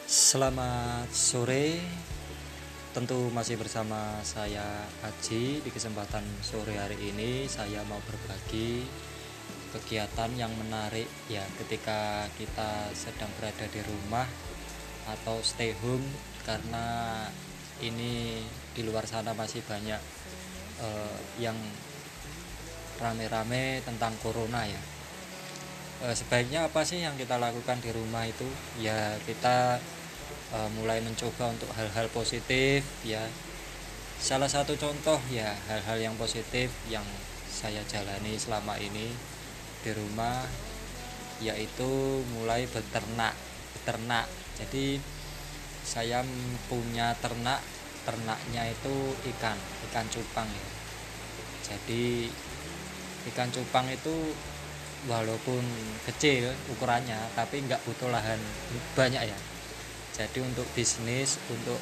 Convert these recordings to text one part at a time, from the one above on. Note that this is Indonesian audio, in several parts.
Selamat sore, tentu masih bersama saya Aji. Di kesempatan sore hari ini saya mau berbagi kegiatan yang menarik ya ketika kita sedang berada di rumah atau stay home, karena ini di luar sana masih banyak yang rame-rame tentang corona ya. Sebaiknya apa sih yang kita lakukan di rumah itu? Ya kita mulai mencoba untuk hal-hal positif ya. Salah satu contoh ya hal-hal yang positif yang saya jalani selama ini di rumah, yaitu mulai beternak. Jadi saya punya ternaknya itu ikan cupang ya. Jadi ikan cupang itu walaupun kecil ukurannya tapi nggak butuh lahan banyak ya. Jadi untuk bisnis, untuk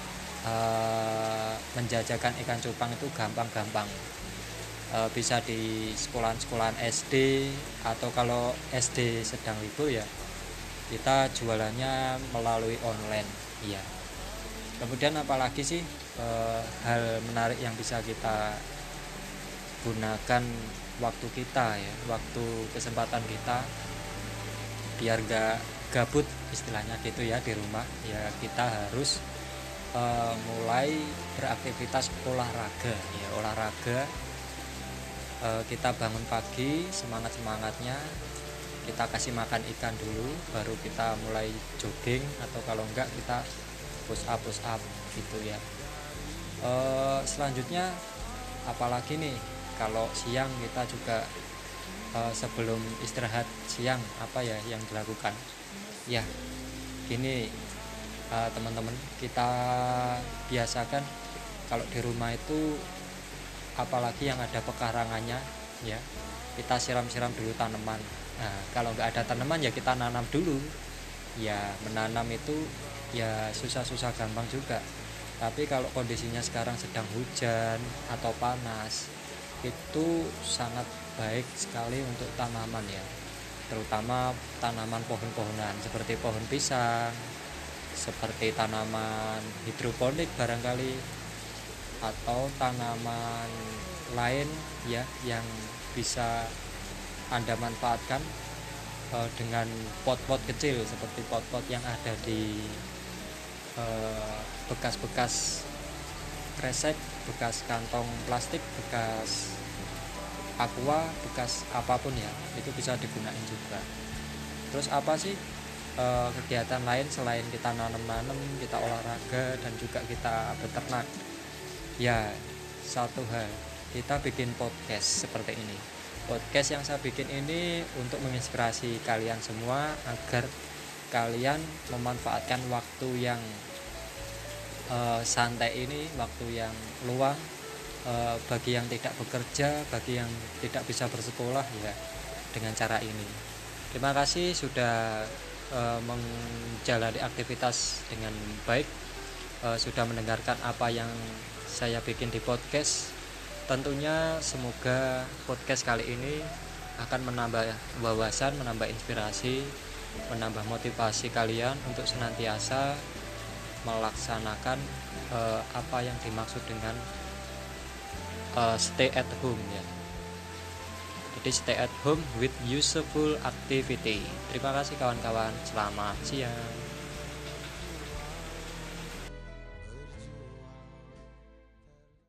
menjajakan ikan cupang itu gampang-gampang. Bisa di sekolahan-sekolahan SD, atau kalau SD sedang libur ya kita jualannya melalui online ya. Kemudian apalagi sih hal menarik yang bisa kita gunakan waktu kita ya, waktu kesempatan kita biar gak gabut istilahnya gitu ya di rumah ya. Kita harus mulai beraktivitas olahraga. Kita bangun pagi semangatnya, kita kasih makan ikan dulu, baru kita mulai jogging, atau kalau enggak kita push up gitu ya. Selanjutnya apalagi nih, kalau siang kita juga sebelum istirahat siang apa ya yang dilakukan ya. Gini teman-teman, kita biasakan kalau di rumah itu, apalagi yang ada pekarangannya ya, kita siram-siram dulu tanaman. Nah kalau nggak ada tanaman ya kita nanam dulu ya. Menanam itu ya susah-susah gampang juga, tapi kalau kondisinya sekarang sedang hujan atau panas, itu sangat baik sekali untuk tanaman ya, terutama tanaman pohon-pohonan seperti pohon pisang, seperti tanaman hidroponik barangkali, atau tanaman lain ya yang bisa Anda manfaatkan dengan pot-pot kecil, seperti pot-pot yang ada di bekas-bekas kresek, bekas kantong plastik, bekas aqua, bekas apapun ya, itu bisa digunakan juga. Terus apa sih kegiatan lain selain kita nanam, kita olahraga, dan juga kita beternak ya? Satu hal, kita bikin podcast seperti ini. Podcast yang saya bikin ini untuk menginspirasi kalian semua agar kalian memanfaatkan waktu yang santai ini, waktu yang luang, bagi yang tidak bekerja, bagi yang tidak bisa bersekolah ya, dengan cara ini. Terima kasih sudah menjalani aktivitas dengan baik, sudah mendengarkan apa yang saya bikin di podcast. Tentunya semoga podcast kali ini akan menambah wawasan, menambah inspirasi, menambah motivasi kalian untuk senantiasa melaksanakan apa yang dimaksud dengan stay at home ya. Jadi stay at home with useful activity. Terima kasih kawan-kawan, selamat siang.